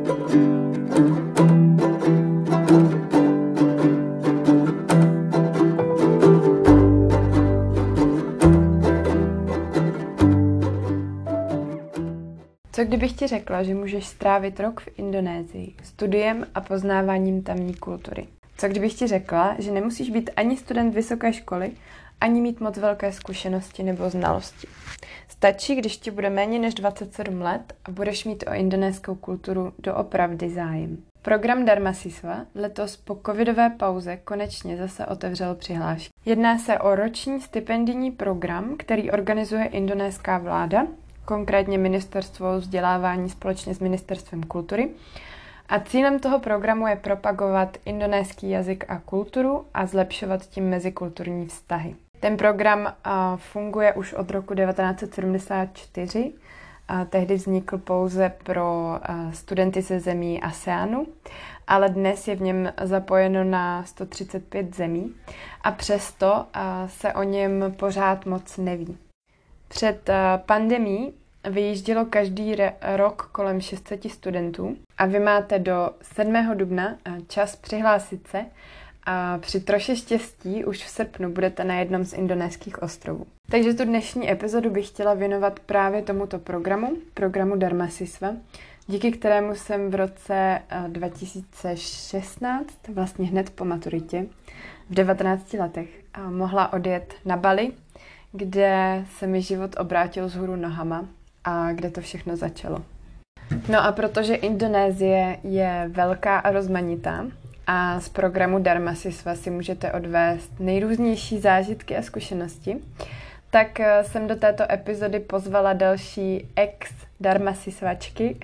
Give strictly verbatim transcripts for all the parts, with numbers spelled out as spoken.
Co kdybych ti řekla, že můžeš strávit rok v Indonésii studiem a poznáváním tamní kultury? Co kdybych ti řekla, že nemusíš být ani student vysoké školy, ani mít moc velké zkušenosti nebo znalosti? Stačí, když ti bude méně než dvacet sedm let a budeš mít o indonéskou kulturu doopravdy zájem. Program Dharmasiswa letos po covidové pauze konečně zase otevřel přihlášky. Jedná se o roční stipendijní program, který organizuje indonéská vláda, konkrétně Ministerstvo vzdělávání společně s Ministerstvem kultury. A cílem toho programu je propagovat indonéský jazyk a kulturu a zlepšovat tím mezikulturní vztahy. Ten program uh, funguje už od roku devatenáct set sedmdesát čtyři. A tehdy vznikl pouze pro uh, studenty ze zemí ASEANu, ale dnes je v něm zapojeno na sto třicet pět zemí a přesto uh, se o něm pořád moc neví. Před uh, pandemií vyjíždělo každý re- rok kolem šest set studentů a vy máte do sedmého dubna čas přihlásit se a při troše štěstí už v srpnu budete na jednom z indonéských ostrovů. Takže tu dnešní epizodu bych chtěla věnovat právě tomuto programu, programu Dharmasiswa, díky kterému jsem v roce dva tisíce šestnáct, vlastně hned po maturitě, v devatenácti letech mohla odjet na Bali, kde se mi život obrátil vzhůru nohama a kde to všechno začalo. No a protože Indonésie je velká a rozmanitá a z programu Dharmasiswa si můžete odvést nejrůznější zážitky a zkušenosti, tak jsem do této epizody pozvala další ex-Dharmasiswačky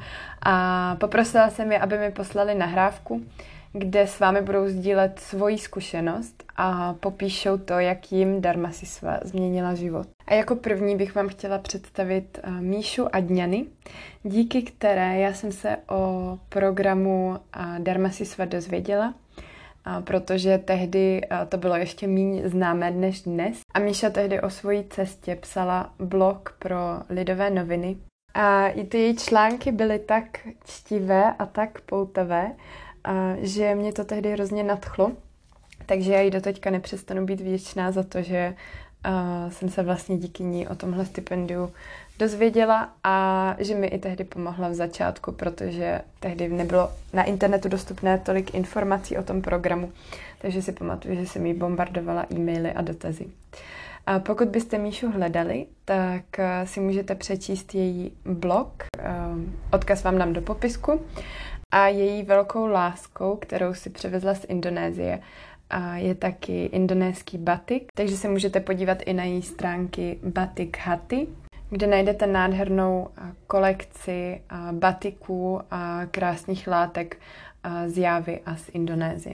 a poprosila jsem je, aby mi poslali nahrávku, kde s vámi budou sdílet svoji zkušenost a popíšou to, jak jim Dharmasiswa změnila život. A jako první bych vám chtěla představit Míšu Adňany, díky které já jsem se o programu Dharmasiswa dozvěděla, protože tehdy to bylo ještě méně známé než dnes. A Míša tehdy o svojí cestě psala blog pro Lidové noviny. A i ty její články byly tak čtivé a tak poutavé, a že mě to tehdy hrozně nadchlo, takže já jí doteďka nepřestanu být vděčná za to, že uh, jsem se vlastně díky ní o tomhle stipendiu dozvěděla a že mi i tehdy pomohla v začátku, protože tehdy nebylo na internetu dostupné tolik informací o tom programu, takže si pamatuju, že jsem jí bombardovala e-maily a dotazy. A pokud byste Míšu hledali, tak uh, si můžete přečíst její blog, uh, odkaz vám dám do popisku. A její velkou láskou, kterou si přivezla z Indonésie, je taky indonéský batik, takže se můžete podívat i na její stránky Batik Hati, kde najdete nádhernou kolekci batiků a krásných látek z Jávy a z Indonésie.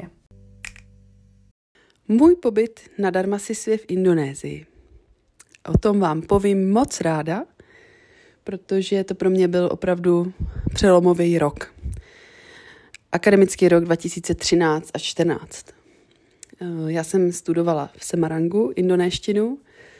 Můj pobyt na Dharmasisvě v Indonésii. O tom vám povím moc ráda, protože to pro mě byl opravdu přelomový rok. Akademický rok dva tisíce třináct až čtrnáct. Já jsem studovala v Semarangu indonéštinu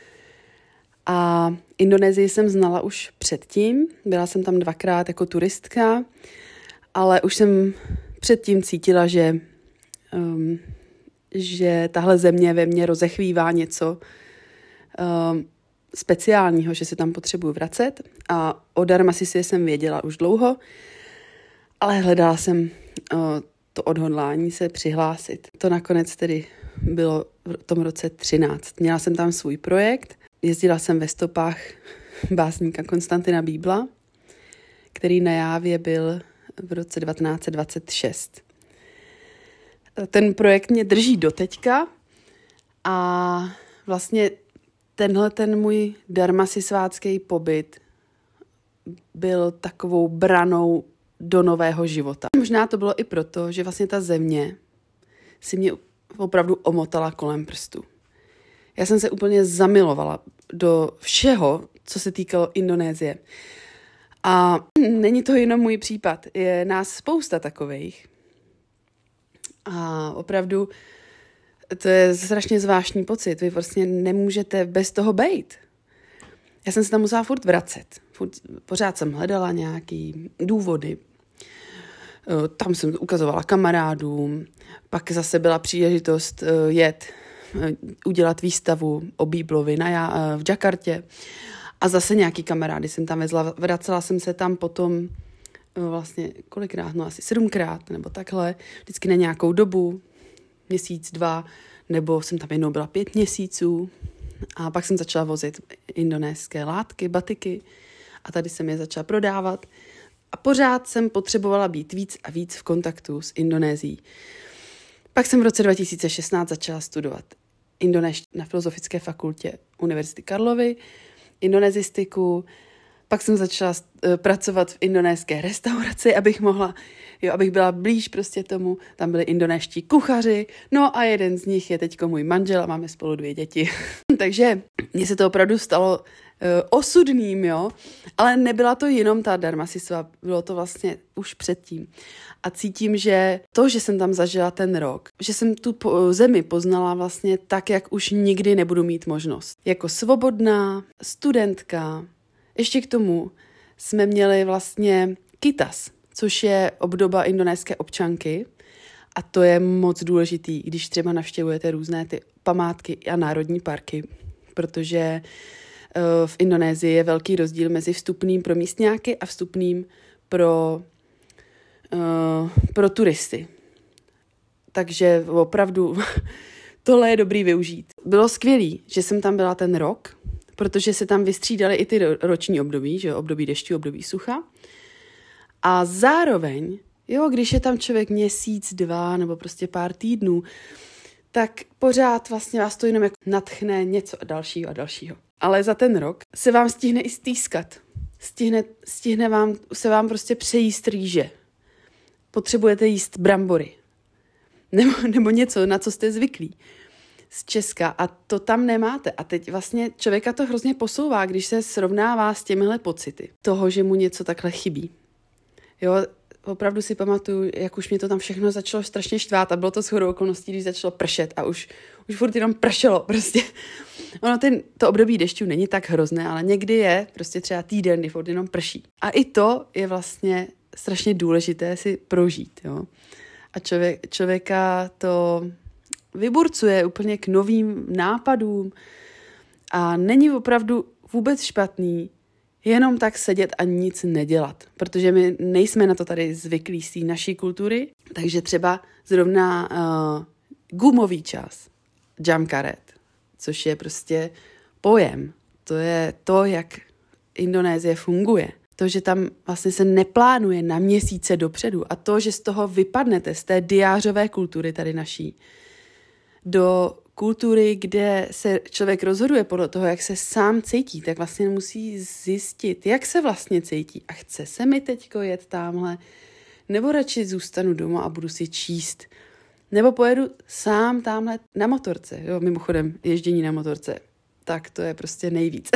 a Indonésii jsem znala už předtím. Byla jsem tam dvakrát jako turistka, ale už jsem předtím cítila, že, um, že tahle země ve mně rozechvívá něco um, speciálního, že se tam potřebuji vracet. A o Dharmasisvě jsem věděla už dlouho, ale hledala jsem o, to odhodlání se přihlásit. To nakonec tedy bylo v tom roce třináct. Měla jsem tam svůj projekt, jezdila jsem ve stopách básníka Konstantina Bíbla, který na Jávě byl v roce devatenáct set dvacet šest. Ten projekt mě drží doteďka a vlastně tenhle ten můj dharmasisvácký pobyt byl takovou branou do nového života. Možná to bylo i proto, že vlastně ta země si mě opravdu omotala kolem prstu. Já jsem se úplně zamilovala do všeho, co se týkalo Indonésie. A není to jenom můj případ, je nás spousta takovejch. A opravdu to je strašně zvláštní pocit, vy prostě nemůžete bez toho bejt. Já jsem se tam musela furt vracet. Furt, pořád jsem hledala nějaký důvody, Tam jsem ukazovala kamarádům, pak zase byla příležitost jet, udělat výstavu o Bíblovi na, v Jakartě a zase nějaký kamarády jsem tam vezla. Vracela jsem se tam potom vlastně kolikrát, no asi sedmkrát nebo takhle, vždycky na nějakou dobu, měsíc, dva, nebo jsem tam jednou byla pět měsíců a pak jsem začala vozit indonéské látky, batiky a tady jsem je začala prodávat a pořád jsem potřebovala být víc a víc v kontaktu s Indonésií. Pak jsem v roce dva tisíce šestnáct začala studovat indonéštinu na Filozofické fakultě Univerzity Karlovy, indonésistiku. Pak jsem začala uh, pracovat v indonéské restauraci, abych mohla, jo, abych byla blíž prostě tomu. Tam byli indonéští kuchaři, no a jeden z nich je teďko můj manžel a máme spolu dvě děti. Takže mně se to opravdu stalo uh, osudným, jo, ale nebyla to jenom ta Dharma Sisva, bylo to vlastně už předtím. A cítím, že to, že jsem tam zažila ten rok, že jsem tu po- zemi poznala vlastně tak, jak už nikdy nebudu mít možnost. Jako svobodná studentka. Ještě k tomu jsme měli vlastně kitas, což je obdoba indonéské občanky a to je moc důležitý, když třeba navštěvujete různé ty památky a národní parky, protože uh, v Indonésii je velký rozdíl mezi vstupným pro místňáky a vstupným pro, uh, pro turisty. Takže opravdu tohle je dobrý využít. Bylo skvělý, že jsem tam byla ten rok, protože se tam vystřídaly i ty roční období, že jo, období dešťu, období sucha. A zároveň, jo, když je tam člověk měsíc, dva nebo prostě pár týdnů, tak pořád vlastně vás to jenom jako nadchne něco dalšího a dalšího. Ale za ten rok se vám stihne i stýskat. Stihne, stihne vám, se vám prostě přejíst rýže. Potřebujete jíst brambory. Nebo, nebo něco, na co jste zvyklí z Česka a to tam nemáte. A teď vlastně člověka to hrozně posouvá, když se srovnává s těmihle pocity toho, že mu něco takhle chybí. Jo, opravdu si pamatuju, jak už mě to tam všechno začalo strašně štvát a bylo to shodou okolností, když začalo pršet a už, už furt jenom pršelo prostě. Ono ten, to období dešťů není tak hrozné, ale někdy je prostě třeba týden, kdy furt jenom prší. A i to je vlastně strašně důležité si prožít, jo. A člověk, člověka to vyburcuje úplně k novým nápadům a není opravdu vůbec špatný jenom tak sedět a nic nedělat, protože my nejsme na to tady zvyklí z té naší kultury, takže třeba zrovna uh, gumový čas, jamkaret, což je prostě pojem, to je to, jak Indonésie funguje. To, že tam vlastně se neplánuje na měsíce dopředu a to, že z toho vypadnete, z té diářové kultury tady naší, do kultury, kde se člověk rozhoduje podle toho, jak se sám cítí, tak vlastně musí zjistit, jak se vlastně cítí a chce se mi teďko jet tamhle, nebo radši zůstanu doma a budu si číst, nebo pojedu sám tamhle na motorce. Jo, mimochodem, ježdění na motorce, tak to je prostě nejvíc.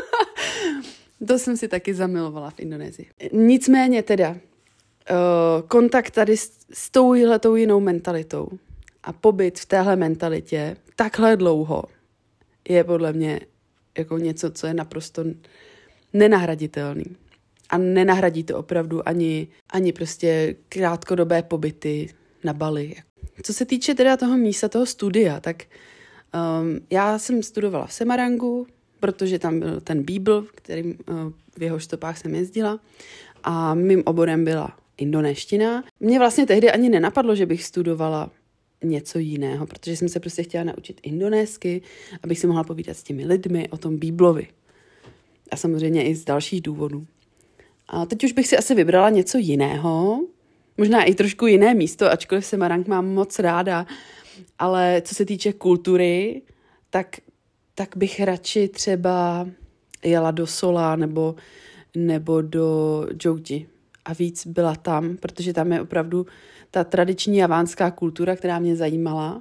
To jsem si taky zamilovala v Indonésii. Nicméně teda, uh, kontakt tady s, s touhletou jinou mentalitou a pobyt v téhle mentalitě takhle dlouho je podle mě jako něco, co je naprosto nenahraditelný. A nenahradí to opravdu ani, ani prostě krátkodobé pobyty na Bali. Co se týče teda toho místa, toho studia, tak um, já jsem studovala v Semarangu, protože tam byl ten Bíbl, kterým uh, v jeho stopách jsem jezdila a mým oborem byla indonéština. Mně vlastně tehdy ani nenapadlo, že bych studovala něco jiného, protože jsem se prostě chtěla naučit indonésky, abych si mohla povídat s těmi lidmi o tom Bíblovi. A samozřejmě i z dalších důvodů. A teď už bych si asi vybrala něco jiného, možná i trošku jiné místo, ačkoliv Semarang mám moc ráda, ale co se týče kultury, tak, tak bych radši třeba jela do Sola nebo, nebo do Jogji a víc byla tam, protože tam je opravdu ta tradiční javánská kultura, která mě zajímala,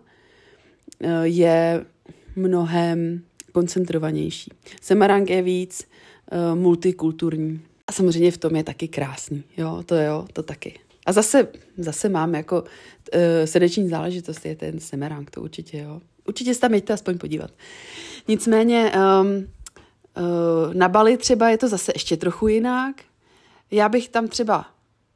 je mnohem koncentrovanější. Semarang je víc uh, multikulturní. A samozřejmě v tom je taky krásný. Jo, to jo, to taky. A zase, zase mám jako uh, srdeční záležitost, je ten Semarang, to určitě, jo. Určitě se tam jeďte aspoň podívat. Nicméně um, uh, na Bali třeba je to zase ještě trochu jinak. Já bych tam třeba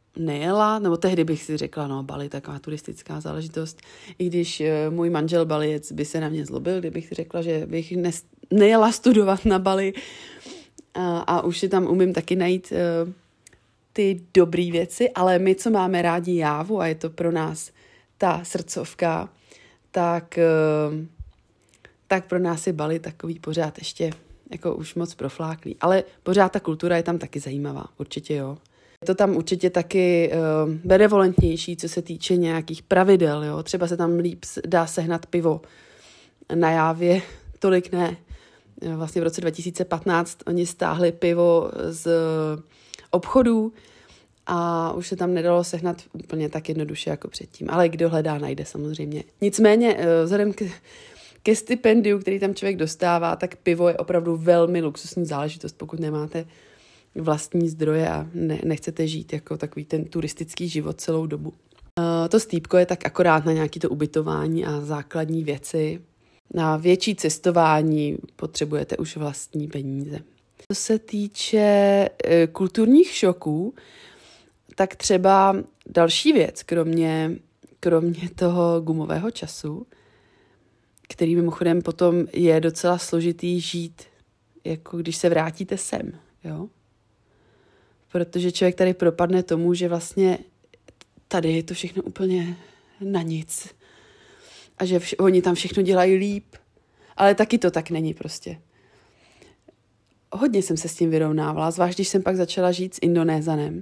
nejela, nebo tehdy bych si řekla, no Bali, taková turistická záležitost, i když uh, můj manžel Balijec by se na mě zlobil, kdybych řekla, že bych ne, nejela studovat na Bali a, a už si tam umím taky najít uh, ty dobré věci, ale my, co máme rádi Jávu a je to pro nás ta srdcovka, tak, uh, tak pro nás je Bali takový pořád ještě jako už moc profláklý. Ale pořád ta kultura je tam taky zajímavá, určitě jo. Je to tam určitě taky uh, benevolentnější, co se týče nějakých pravidel, jo. Třeba se tam líp dá sehnat pivo. Na Jávě tolik ne. Vlastně v roce dva tisíce patnáct oni stáhli pivo z obchodů a už se tam nedalo sehnat úplně tak jednoduše jako předtím. Ale kdo hledá, najde samozřejmě. Nicméně uh, vzhledem k ke stipendiu, který tam člověk dostává, tak pivo je opravdu velmi luxusní záležitost, pokud nemáte vlastní zdroje a ne, nechcete žít jako takový ten turistický život celou dobu. Uh, to stýpko je tak akorát na nějaké to ubytování a základní věci. Na větší cestování potřebujete už vlastní peníze. Co se týče uh, kulturních šoků, tak třeba další věc, kromě, kromě toho gumového času, který mimochodem potom je docela složitý žít, jako když se vrátíte sem, jo. Protože člověk tady propadne tomu, že vlastně tady je to všechno úplně na nic. A že vš- oni tam všechno dělají líp. Ale taky to tak není prostě. Hodně jsem se s tím vyrovnávala, zvlášť když jsem pak začala žít s Indonézanem.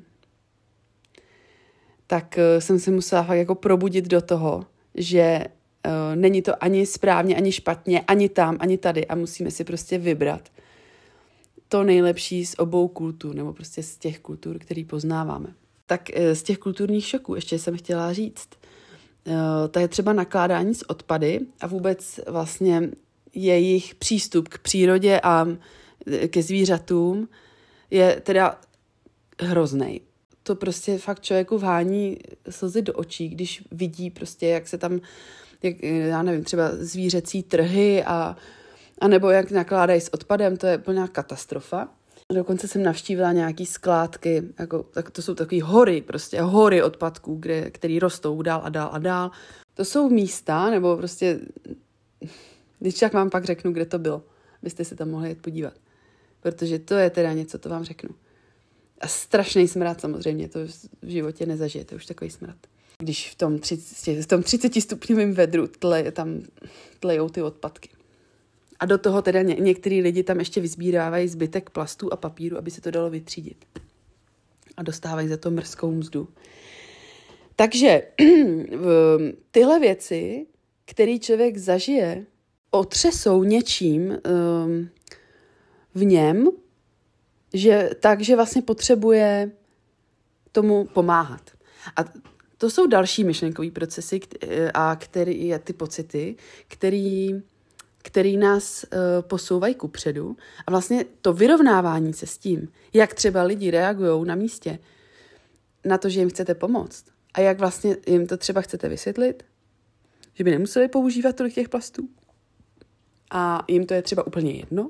Tak uh, jsem se musela fakt jako probudit do toho, že Uh, není to ani správně, ani špatně, ani tam, ani tady a musíme si prostě vybrat to nejlepší z obou kultur, nebo prostě z těch kultur, který poznáváme. Tak uh, z těch kulturních šoků ještě jsem chtěla říct, uh, to je třeba nakládání s odpady a vůbec vlastně jejich přístup k přírodě a ke zvířatům je teda hroznej. To prostě fakt člověku vhání slzy do očí, když vidí prostě, jak se tam jak, já nevím, třeba zvířecí trhy a, a nebo jak nakládají s odpadem, to je plná katastrofa. Dokonce jsem navštívila nějaký skládky, jako, tak to jsou takové hory, prostě hory odpadků, kde, který rostou dál a dál a dál. To jsou místa, nebo prostě, když tak vám pak řeknu, kde to bylo, byste se tam mohli jít podívat. Protože to je teda něco, to vám řeknu. A strašný smrad samozřejmě, to v životě nezažijete, už takový smrad. Když v tom, třicet, v tom třicetistupňovém vedru tle, tam tlejou ty odpadky. A do toho teda ně, některý lidi tam ještě vyzbírávají zbytek plastů a papíru, aby se to dalo vytřídit. A dostávají za to mrzkou mzdu. Takže tyhle věci, které člověk zažije, otřesou něčím um, v něm, že, takže vlastně potřebuje tomu pomáhat. A to jsou další myšlenkové procesy a který, ty pocity, který, který nás uh, posouvají kupředu. A vlastně to vyrovnávání se s tím, jak třeba lidi reagují na místě na to, že jim chcete pomoct a jak vlastně jim to třeba chcete vysvětlit, že by nemuseli používat tolik těch plastů a jim to je třeba úplně jedno.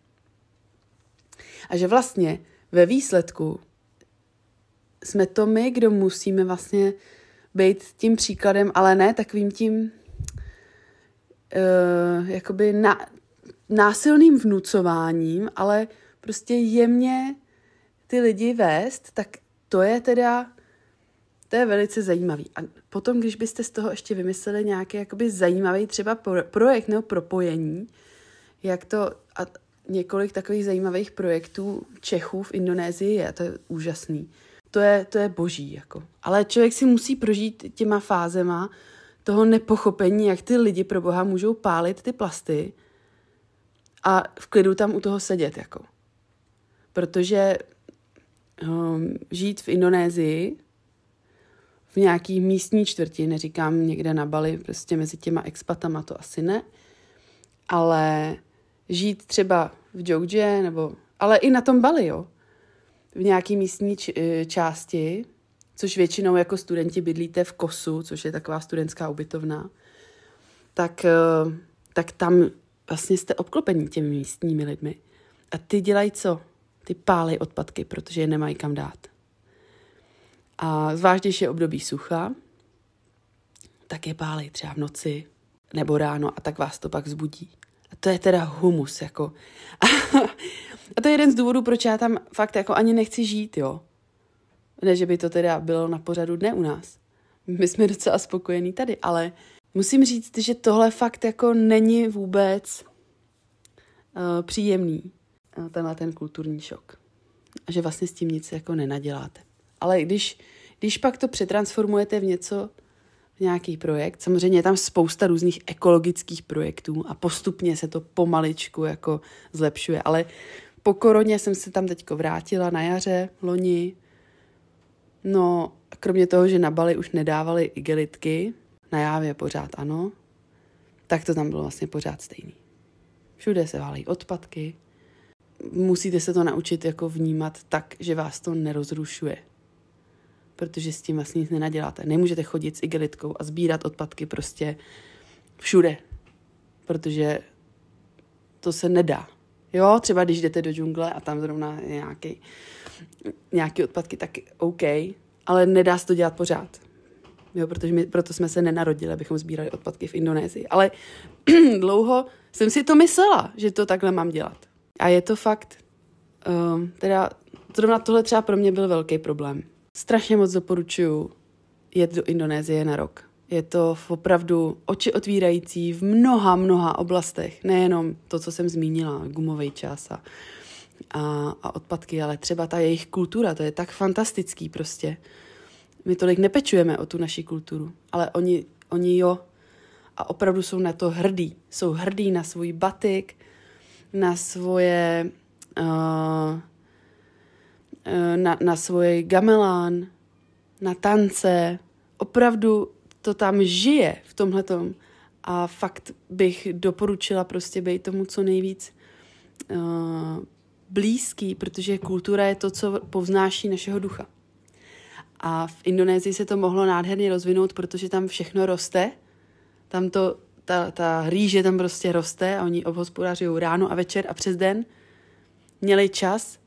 A že vlastně ve výsledku jsme to my, kdo musíme vlastně být tím příkladem, ale ne takovým tím uh, jakoby na, násilným vnucováním, ale prostě jemně ty lidi vést, tak to je teda, to je velice zajímavý. A potom, když byste z toho ještě vymysleli nějaký jakoby zajímavý třeba projekt nebo propojení, jak to, a několik takových zajímavých projektů Čechů v Indonésii je, to je úžasný. To je, to je boží, jako. Ale člověk si musí prožít těma fázema toho nepochopení, jak ty lidi pro boha můžou pálit ty plasty a v klidu tam u toho sedět, jako. Protože um, žít v Indonésii, v nějaký místní čtvrti, neříkám někde na Bali, prostě mezi těma expatama to asi ne, ale žít třeba v Jogje, nebo, ale i na tom Bali, jo. V nějaký místní č- části, což většinou jako studenti bydlíte v Kosu, což je taková studentská ubytovna, tak, tak tam vlastně jste obklopení těmi místními lidmi. A ty dělají co? Ty pálej odpadky, protože je nemají kam dát. A zvlášť, když je období sucha, tak je pálej třeba v noci nebo ráno a tak vás to pak vzbudí. A to je teda humus, jako. A to je jeden z důvodů, proč já tam fakt jako ani nechci žít, jo. Ne, že by to teda bylo na pořadu dne u nás. My jsme docela spokojení tady, ale musím říct, že tohle fakt jako není vůbec uh, příjemný, uh, tenhle ten kulturní šok. A že vlastně s tím nic jako nenaděláte. Ale když, když pak to přetransformujete v něco, v nějaký projekt, samozřejmě je tam spousta různých ekologických projektů a postupně se to pomaličku jako zlepšuje, ale po koroně jsem se tam teďko vrátila na jaře, loni. No, kromě toho, že na Bali už nedávali igelitky, na Jávě pořád ano, tak to tam bylo vlastně pořád stejný. Všude se válejí odpadky. Musíte se to naučit jako vnímat tak, že vás to nerozrušuje. Protože s tím vlastně nic nenaděláte. Nemůžete chodit s igelitkou a sbírat odpadky prostě všude. Protože to se nedá. Jo, třeba když jdete do džungle a tam zrovna je nějaký, nějaký odpadky, tak OK, ale nedá se to dělat pořád. Jo, protože my, proto jsme se nenarodili, abychom sbírali odpadky v Indonésii. Ale dlouho jsem si to myslela, že to takhle mám dělat. A je to fakt, um, teda zrovna tohle třeba pro mě byl velký problém. Strašně moc doporučuji jet do Indonésie na rok. Je to opravdu oči otvírající v mnoha, mnoha oblastech. Nejenom to, co jsem zmínila, gumový čas a, a, a odpadky, ale třeba ta jejich kultura, to je tak fantastický prostě. My tolik nepečujeme o tu naši kulturu, ale oni, oni jo. A opravdu jsou na to hrdí. Jsou hrdí na svůj batik, na svoje... Uh, na, na svůj gamelán, na tance. Opravdu to tam žije v tomhletom. A fakt bych doporučila prostě být tomu co nejvíc uh, blízký, protože kultura je to, co povznáší našeho ducha. A v Indonésii se to mohlo nádherně rozvinout, protože tam všechno roste. Tam to, ta, ta rýže tam prostě roste a oni obhospodařují ráno a večer a přes den. Měli čas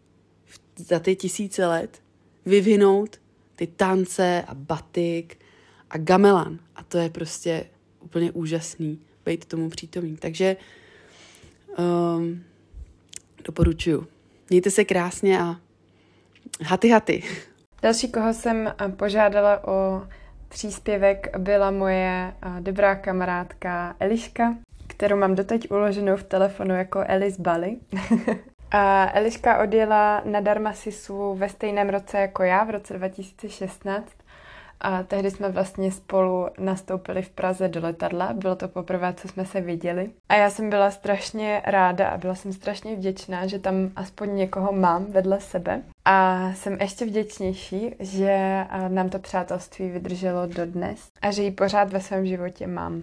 za ty tisíce let vyvinout ty tance a batik a gamelan. A to je prostě úplně úžasný být tomu přítomný. Takže um, doporučuju. Mějte se krásně a haty haty. Další, koho jsem požádala o příspěvek, byla moje dobrá kamarádka Eliška, kterou mám doteď uloženou v telefonu jako Eli z Bali. A Eliška odjela na Dharmasisu ve stejném roce jako já, v roce dva tisíce šestnáct. A tehdy jsme vlastně spolu nastoupili v Praze do letadla. Bylo to poprvé, co jsme se viděli. A já jsem byla strašně ráda a byla jsem strašně vděčná, že tam aspoň někoho mám vedle sebe. A jsem ještě vděčnější, že nám to přátelství vydrželo dodnes a že ji pořád ve svém životě mám.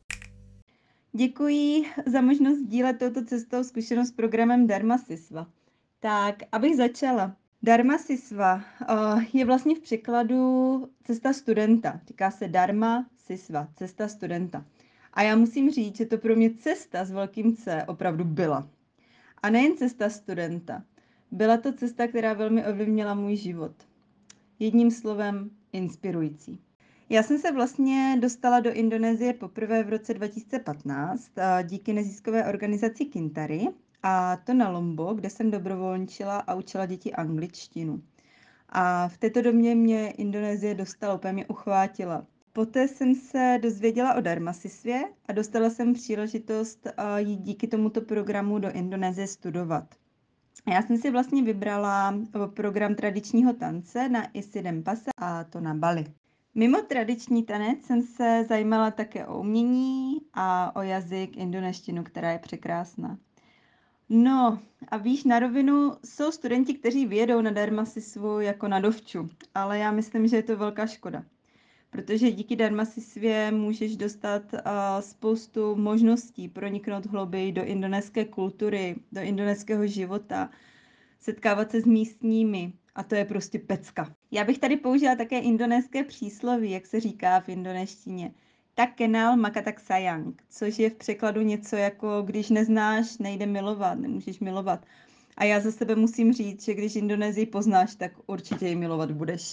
Děkuji za možnost sdílet touto cestou zkušenost s programem Dharmasisva. Tak, abych začala. Dharmasisva uh, je vlastně v překladu cesta studenta. Říká se Dharma Sisva, cesta studenta. A já musím říct, že to pro mě cesta s velkým C opravdu byla. A nejen cesta studenta. Byla to cesta, která velmi ovlivnila můj život. Jedním slovem inspirující. Já jsem se vlastně dostala do Indonésie poprvé v roce dva tisíce patnáct díky neziskové organizaci Kintari, a to na Lombok, kde jsem dobrovolničila a učila děti angličtinu. A v této době mě Indonésie dostala, úplně mě uchvátila. Poté jsem se dozvěděla o Dharmasisvě a dostala jsem příležitost jít díky tomuto programu do Indonésie studovat. Já jsem si vlastně vybrala program tradičního tance na Isi Denpasar, a to na Bali. Mimo tradiční tanec jsem se zajímala také o umění a o jazyk indonéštinu, která je překrásná. No a víš, na rovinu jsou studenti, kteří vyjedou na Dharmasisvu jako na dovču, ale já myslím, že je to velká škoda. Protože díky Dharmasisvě můžeš dostat uh, spoustu možností proniknout hlouběji do indonéské kultury, do indonéského života, setkávat se s místními. A to je prostě pecka. Já bych tady použila také indonéské přísloví, jak se říká v indonéštině. Tak kenal maka tak sayang, což je v překladu něco jako když neznáš, nejde milovat, nemůžeš milovat. A já za sebe musím říct, že když Indonésii poznáš, tak určitě ji milovat budeš.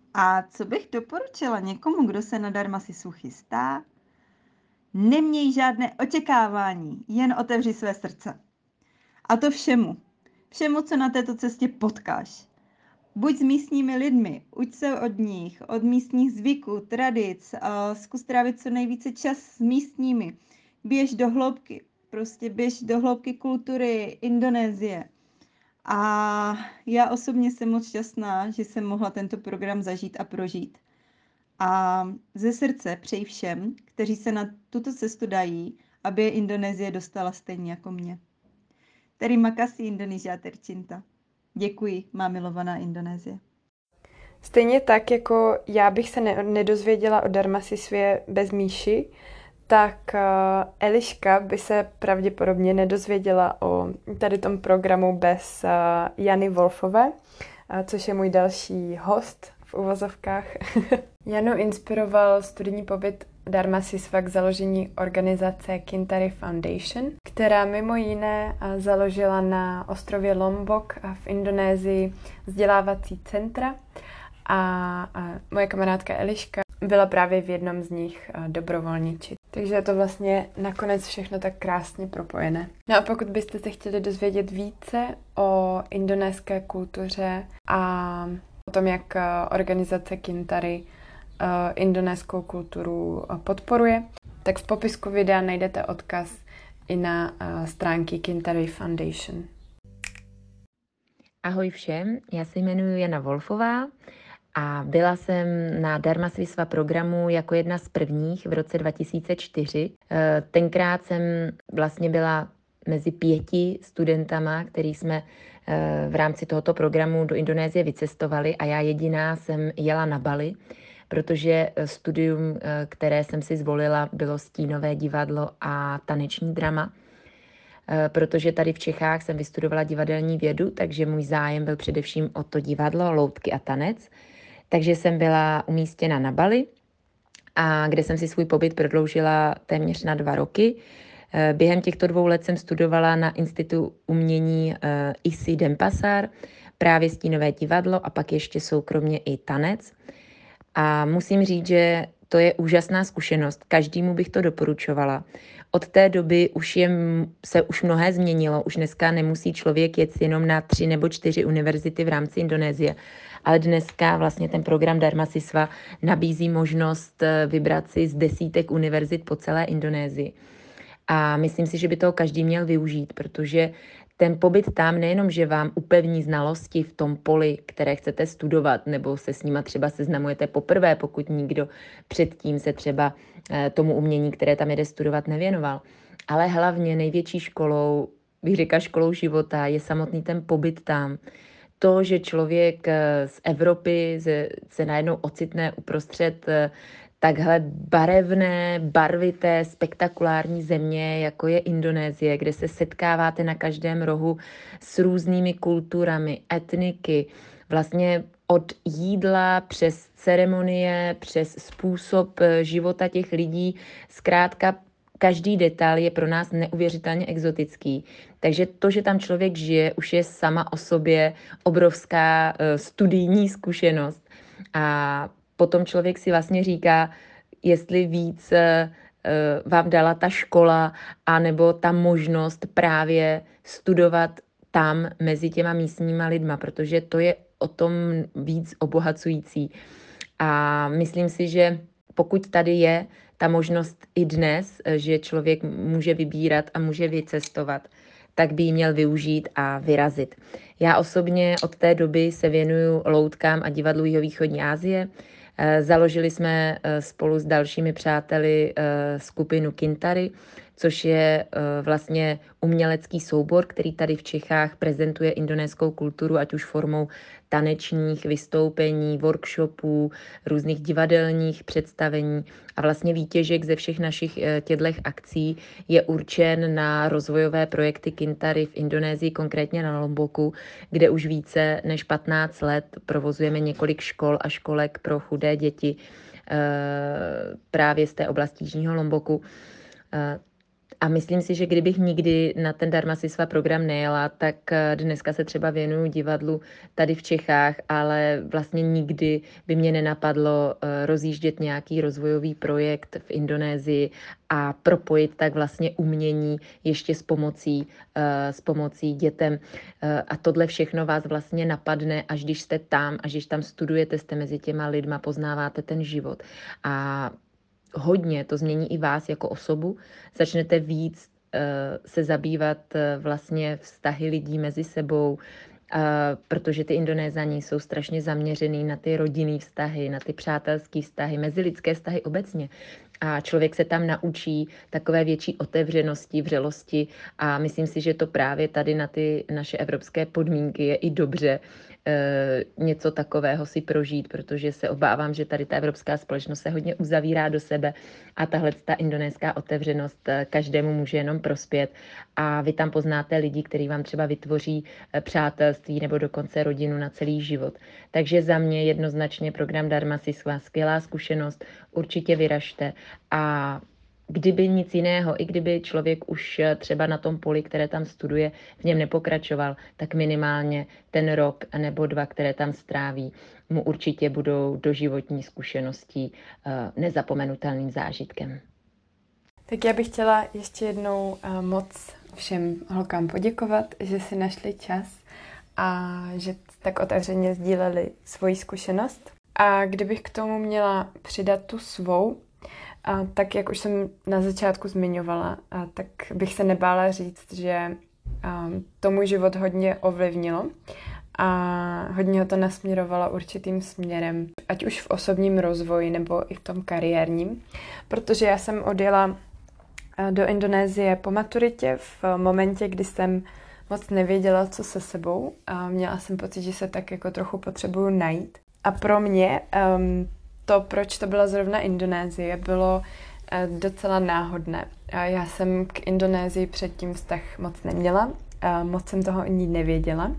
A co bych doporučila někomu, kdo se na Dharmasisvu chystá? Neměj žádné očekávání, jen otevři své srdce. A to všemu. Všemu, co na této cestě potkáš. Buď s místními lidmi, uč se od nich, od místních zvyků, tradic, a zkus trávit co nejvíce čas s místními. Běž do hloubky, prostě běž do hloubky kultury Indonésie. A já osobně jsem moc šťastná, že jsem mohla tento program zažít a prožít. A ze srdce přeji všem, kteří se na tuto cestu dají, aby je Indonésie dostala stejně jako mě. Terima kasih Indonesia tercinta. Děkuji, má milovaná Indonésie. Stejně tak, jako já bych se ne- nedozvěděla o Dharmasisvě bez Míši, tak uh, Eliška by se pravděpodobně nedozvěděla o tady tom programu bez uh, Jany Wolfové, uh, což je můj další host v uvozovkách. Janu inspiroval studijní pobyt Dharmasisva k založení organizace Kintari Foundation, která mimo jiné založila na ostrově Lombok v Indonésii vzdělávací centra a moje kamarádka Eliška byla právě v jednom z nich dobrovolničit. Takže je to vlastně nakonec všechno tak krásně propojené. No a pokud byste se chtěli dozvědět více o indonéské kultuře a o tom, jak organizace Kintari indonéskou kulturu podporuje, tak v popisku videa najdete odkaz i na stránky Kintari Foundation. Ahoj všem, já se jmenuji Jana Wolfová a byla jsem na Dharmasisva programu jako jedna z prvních v roce dva tisíce čtyři. Tenkrát jsem vlastně byla mezi pěti studentama, který jsme v rámci tohoto programu do Indonésie vycestovali a já jediná jsem jela na Bali, protože studium, které jsem si zvolila, bylo stínové divadlo a taneční drama. Protože tady v Čechách jsem vystudovala divadelní vědu, takže můj zájem byl především o to divadlo, loutky a tanec. Takže jsem byla umístěna na Bali, a kde jsem si svůj pobyt prodloužila téměř na dva roky. Během těchto dvou let jsem studovala na Institutu umění I S I Denpasar, právě stínové divadlo a pak ještě soukromně i tanec. A musím říct, že to je úžasná zkušenost. Každému bych to doporučovala. Od té doby už je, se už mnohé změnilo. Už dneska nemusí člověk jet jenom na tři nebo čtyři univerzity v rámci Indonésie. Ale dneska vlastně ten program Dharmasisva nabízí možnost vybrat si z desítek univerzit po celé Indonésii. A myslím si, že by toho každý měl využít, protože ten pobyt tam nejenom, že vám upevní znalosti v tom poli, které chcete studovat, nebo se s nima třeba seznamujete poprvé, pokud nikdo předtím se třeba tomu umění, které tam jede studovat, nevěnoval. Ale hlavně největší školou, bych řekla školou života, je samotný ten pobyt tam. To, že člověk z Evropy se najednou ocitne uprostřed takhle barevné, barvité, spektakulární země, jako je Indonésie, kde se setkáváte na každém rohu s různými kulturami, etniky, vlastně od jídla přes ceremonie, přes způsob života těch lidí, zkrátka každý detail je pro nás neuvěřitelně exotický. Takže to, že tam člověk žije, už je sama o sobě obrovská studijní zkušenost. A potom člověk si vlastně říká, jestli víc vám dala ta škola anebo ta možnost právě studovat tam mezi těma místníma lidma, protože to je o tom víc obohacující. A myslím si, že pokud tady je ta možnost i dnes, že člověk může vybírat a může vycestovat, tak by ji měl využít a vyrazit. Já osobně od té doby se věnuju loutkám a divadlu Jihovýchodní Asie. Založili jsme spolu s dalšími přáteli skupinu Kintari, což je vlastně umělecký soubor, který tady v Čechách prezentuje indonéskou kulturu, ať už formou tanečních vystoupení, workshopů, různých divadelních představení. A vlastně výtěžek ze všech našich těchto akcí je určen na rozvojové projekty Kintari v Indonésii, konkrétně na Lomboku, kde už více než patnáct let provozujeme několik škol a školek pro chudé děti právě z té oblasti Jižního Lomboku. A myslím si, že kdybych nikdy na ten Dharma Sisva program nejela, tak dneska se třeba věnuju divadlu tady v Čechách, ale vlastně nikdy by mě nenapadlo rozjíždět nějaký rozvojový projekt v Indonésii a propojit tak vlastně umění ještě s pomocí, s pomocí dětem. A tohle všechno vás vlastně napadne, až když jste tam, až když tam studujete, jste mezi těma lidma, poznáváte ten život. A hodně to změní i vás jako osobu. Začnete víc uh, se zabývat uh, vlastně vztahy lidí mezi sebou, uh, protože ty Indonézani jsou strašně zaměřený na ty rodinné vztahy, na ty přátelské vztahy, mezilidské vztahy obecně. A člověk se tam naučí takové větší otevřenosti, vřelosti a myslím si, že to právě tady na ty naše evropské podmínky je i dobře e, něco takového si prožít, protože se obávám, že tady ta evropská společnost se hodně uzavírá do sebe a tahle ta indonéská otevřenost každému může jenom prospět a vy tam poznáte lidi, kteří vám třeba vytvoří přátelství nebo dokonce rodinu na celý život. Takže za mě jednoznačně program Dharma Sisva, skvělá zkušenost, určitě vyražte. A kdyby nic jiného, i kdyby člověk už třeba na tom poli, které tam studuje, v něm nepokračoval, tak minimálně ten rok nebo dva, které tam stráví, mu určitě budou doživotní zkušeností nezapomenutelným zážitkem. Tak já bych chtěla ještě jednou moc všem holkám poděkovat, že si našli čas a že tak otevřeně sdíleli svoji zkušenost. A kdybych k tomu měla přidat tu svou, a tak jak už jsem na začátku zmiňovala, a tak bych se nebála říct, že a, to můj život hodně ovlivnilo a hodně ho to nasměrovalo určitým směrem, ať už v osobním rozvoji nebo i v tom kariérním, protože já jsem odjela do Indonésie po maturitě v momentě, kdy jsem moc nevěděla, co se sebou a měla jsem pocit, že se tak jako trochu potřebuju najít. A pro mě um, to, proč to byla zrovna Indonésie, bylo uh, docela náhodné. A já jsem k Indonésii předtím vztah moc neměla, uh, moc jsem toho ani nevěděla.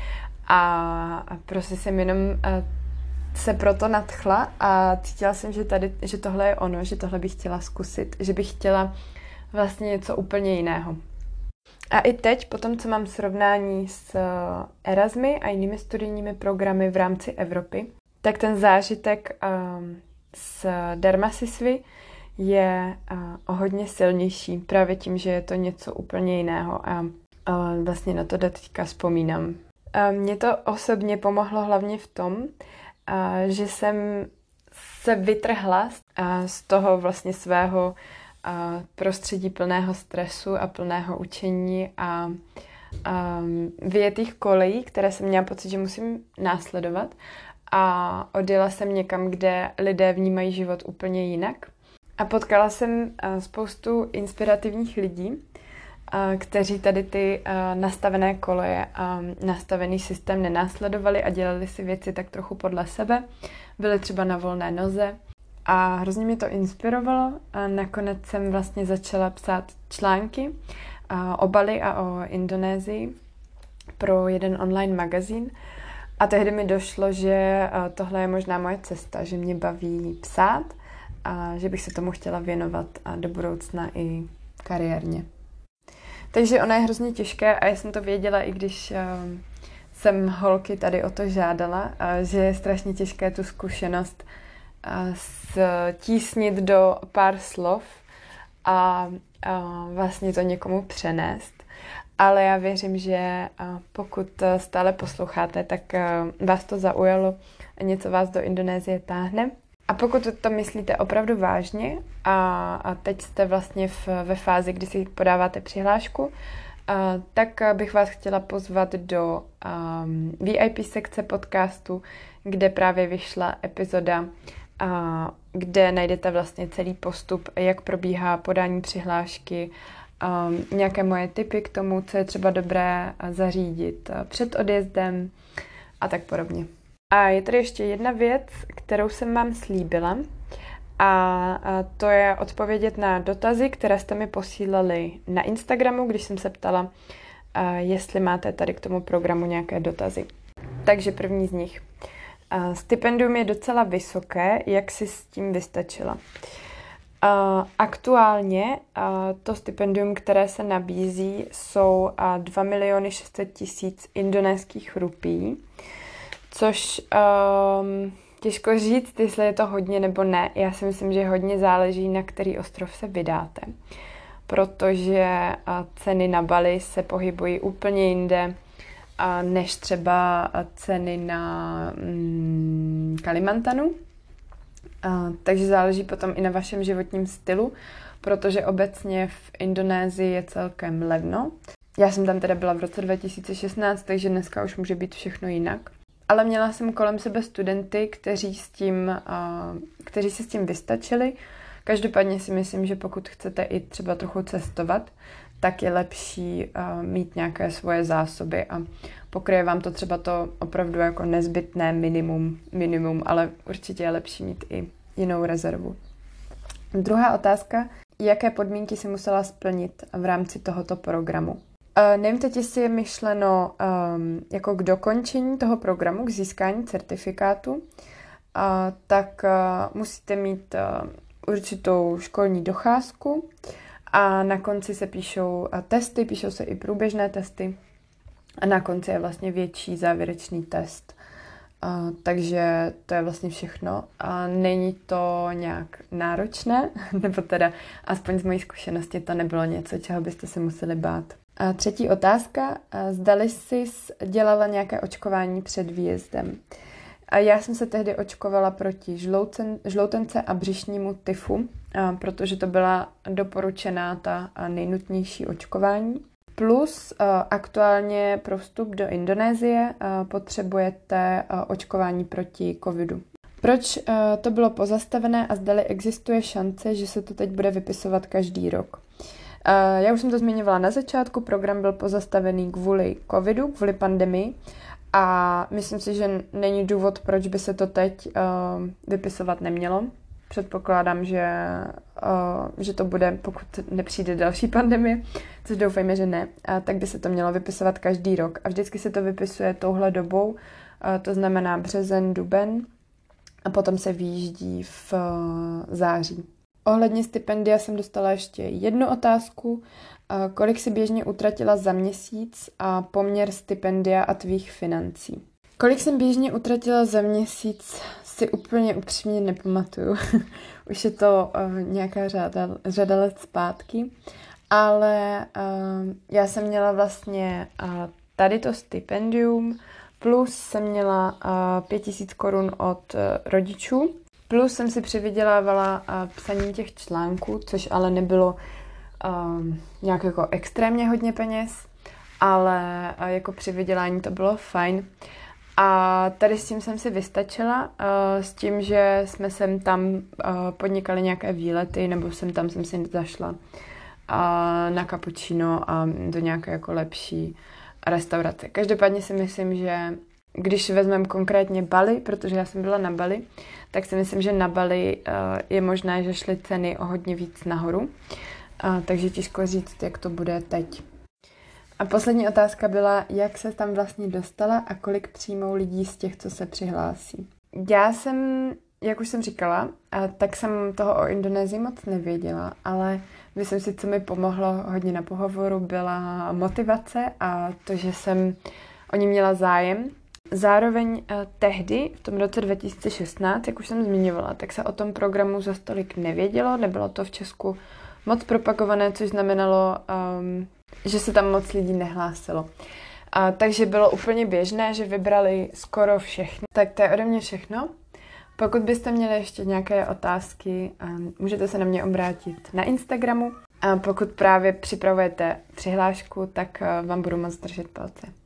A, a prostě jsem jenom uh, se proto nadchla a cítila jsem, že, tady, že tohle je ono, že tohle bych chtěla zkusit, že bych chtěla vlastně něco úplně jiného. A i teď, po tom, co mám srovnání s Erasmy a jinými studijními programy v rámci Evropy, tak ten zážitek um, s Dharma Sisvy je uh, o hodně silnější, právě tím, že je to něco úplně jiného a uh, vlastně na to teďka vzpomínám. Uh, mně to osobně pomohlo hlavně v tom, uh, že jsem se vytrhla uh, z toho vlastně svého a prostředí plného stresu a plného učení a, a vyjetých kolejí, které jsem měla pocit, že musím následovat. A odjela jsem někam, kde lidé vnímají život úplně jinak. A potkala jsem spoustu inspirativních lidí, kteří tady ty nastavené koleje a nastavený systém nenásledovali a dělali si věci tak trochu podle sebe. Byli třeba na volné noze. A hrozně mě to inspirovalo a nakonec jsem vlastně začala psát články o Bali a o Indonésii pro jeden online magazín. A tehdy mi došlo, že tohle je možná moje cesta, že mě baví psát a že bych se tomu chtěla věnovat a do budoucna i kariérně. Takže ono je hrozně těžké a já jsem to věděla, i když jsem holky tady o to žádala, že je strašně těžké tu zkušenost stísnit do pár slov a, a vlastně to někomu přenést. Ale já věřím, že pokud stále posloucháte, tak vás to zaujalo a něco vás do Indonésie táhne. A pokud to myslíte opravdu vážně a, a teď jste vlastně v, ve fázi, kdy si podáváte přihlášku, a, tak bych vás chtěla pozvat do um, V I P sekce podcastu, kde právě vyšla epizoda, a, kde najdete vlastně celý postup, jak probíhá podání přihlášky, um, nějaké moje tipy k tomu, co je třeba dobré zařídit před odjezdem a tak podobně. A je tady ještě jedna věc, kterou jsem vám slíbila, a, a to je odpovědět na dotazy, které jste mi posílali na Instagramu, když jsem se ptala, a, jestli máte tady k tomu programu nějaké dotazy. Takže první z nich. A, stipendium je docela vysoké, jak jsi s tím vystačila? Uh, aktuálně uh, to stipendium, které se nabízí, jsou uh, dva miliony šest set tisíc indonéských rupí, což um, těžko říct, jestli je to hodně nebo ne. Já si myslím, že hodně záleží, na který ostrov se vydáte, protože uh, ceny na Bali se pohybují úplně jinde, uh, než třeba ceny na mm, Kalimantanu. Uh, takže záleží potom i na vašem životním stylu, protože obecně v Indonésii je celkem levno. Já jsem tam teda byla v roce dva tisíce šestnáct, takže dneska už může být všechno jinak. Ale měla jsem kolem sebe studenty, kteří, s tím, uh, kteří se s tím vystačili. Každopádně si myslím, že pokud chcete i třeba trochu cestovat, tak je lepší uh, mít nějaké svoje zásoby a pokryje vám to třeba to opravdu jako nezbytné minimum, minimum, ale určitě je lepší mít i jinou rezervu. Druhá otázka, jaké podmínky si musela splnit v rámci tohoto programu. Uh, nevím teď, jestli je myšleno um, jako k dokončení toho programu, k získání certifikátu, uh, tak uh, musíte mít uh, určitou školní docházku a na konci se píšou testy, píšou se i průběžné testy a na konci je vlastně větší závěrečný test. Uh, takže to je vlastně všechno. A není to nějak náročné, nebo teda aspoň z mojí zkušenosti to nebylo něco, čeho byste se museli bát. A třetí otázka. Zdali jsi dělala nějaké očkování před výjezdem? A já jsem se tehdy očkovala proti žloucen, žloutence a břišnímu tyfu, a protože to byla doporučená ta nejnutnější očkování. Plus a, aktuálně pro vstup do Indonésie a, potřebujete a, očkování proti covidu. Proč a, to bylo pozastavené a zdali existuje šance, že se to teď bude vypisovat každý rok? A, já už jsem to zmiňovala na začátku, program byl pozastavený kvůli covidu, kvůli pandemii. A myslím si, že není důvod, proč by se to teď uh, vypisovat nemělo. Předpokládám, že, uh, že to bude, pokud nepřijde další pandemie, což doufejme, že ne, a tak by se to mělo vypisovat každý rok. A vždycky se to vypisuje touhle dobou, uh, to znamená březen, duben, a potom se vyjíždí v uh, září. Ohledně stipendia jsem dostala ještě jednu otázku. Kolik si běžně utratila za měsíc a poměr stipendia a tvých financí? Kolik jsem běžně utratila za měsíc, si úplně upřímně nepamatuju. Už je to uh, nějaká řada, řada let zpátky. Ale uh, já jsem měla vlastně uh, tady to stipendium, plus jsem měla uh, pět tisíc korun od uh, rodičů, plus jsem si přivydělávala uh, psaním těch článků, což ale nebylo Um, nějak jako extrémně hodně peněz, ale uh, jako při vydělání to bylo fajn. A tady s tím jsem si vystačila, uh, s tím, že jsme sem tam uh, podnikali nějaké výlety, nebo sem tam jsem si zašla uh, na cappuccino a do nějaké jako lepší restaurace. Každopádně si myslím, že když vezmeme konkrétně Bali, protože já jsem byla na Bali, tak si myslím, že na Bali uh, je možné, že šly ceny o hodně víc nahoru. A, takže těžko říct, jak to bude teď. A poslední otázka byla, jak se tam vlastně dostala a kolik přijmou lidí z těch, co se přihlásí. Já jsem, jak už jsem říkala, a tak jsem toho o Indonésii moc nevěděla, ale myslím si, co mi pomohlo hodně na pohovoru, byla motivace a to, že jsem o ní měla zájem. Zároveň eh, tehdy, v tom roce dva tisíce šestnáct, jak už jsem zmiňovala, tak se o tom programu za stolik nevědělo, nebylo to v Česku moc propagované, což znamenalo, um, že se tam moc lidí nehlásilo. A, takže bylo úplně běžné, že vybrali skoro všechny. Tak to je ode mě všechno. Pokud byste měli ještě nějaké otázky, můžete se na mě obrátit na Instagramu. A pokud právě připravujete přihlášku, tak vám budu moc držet palce.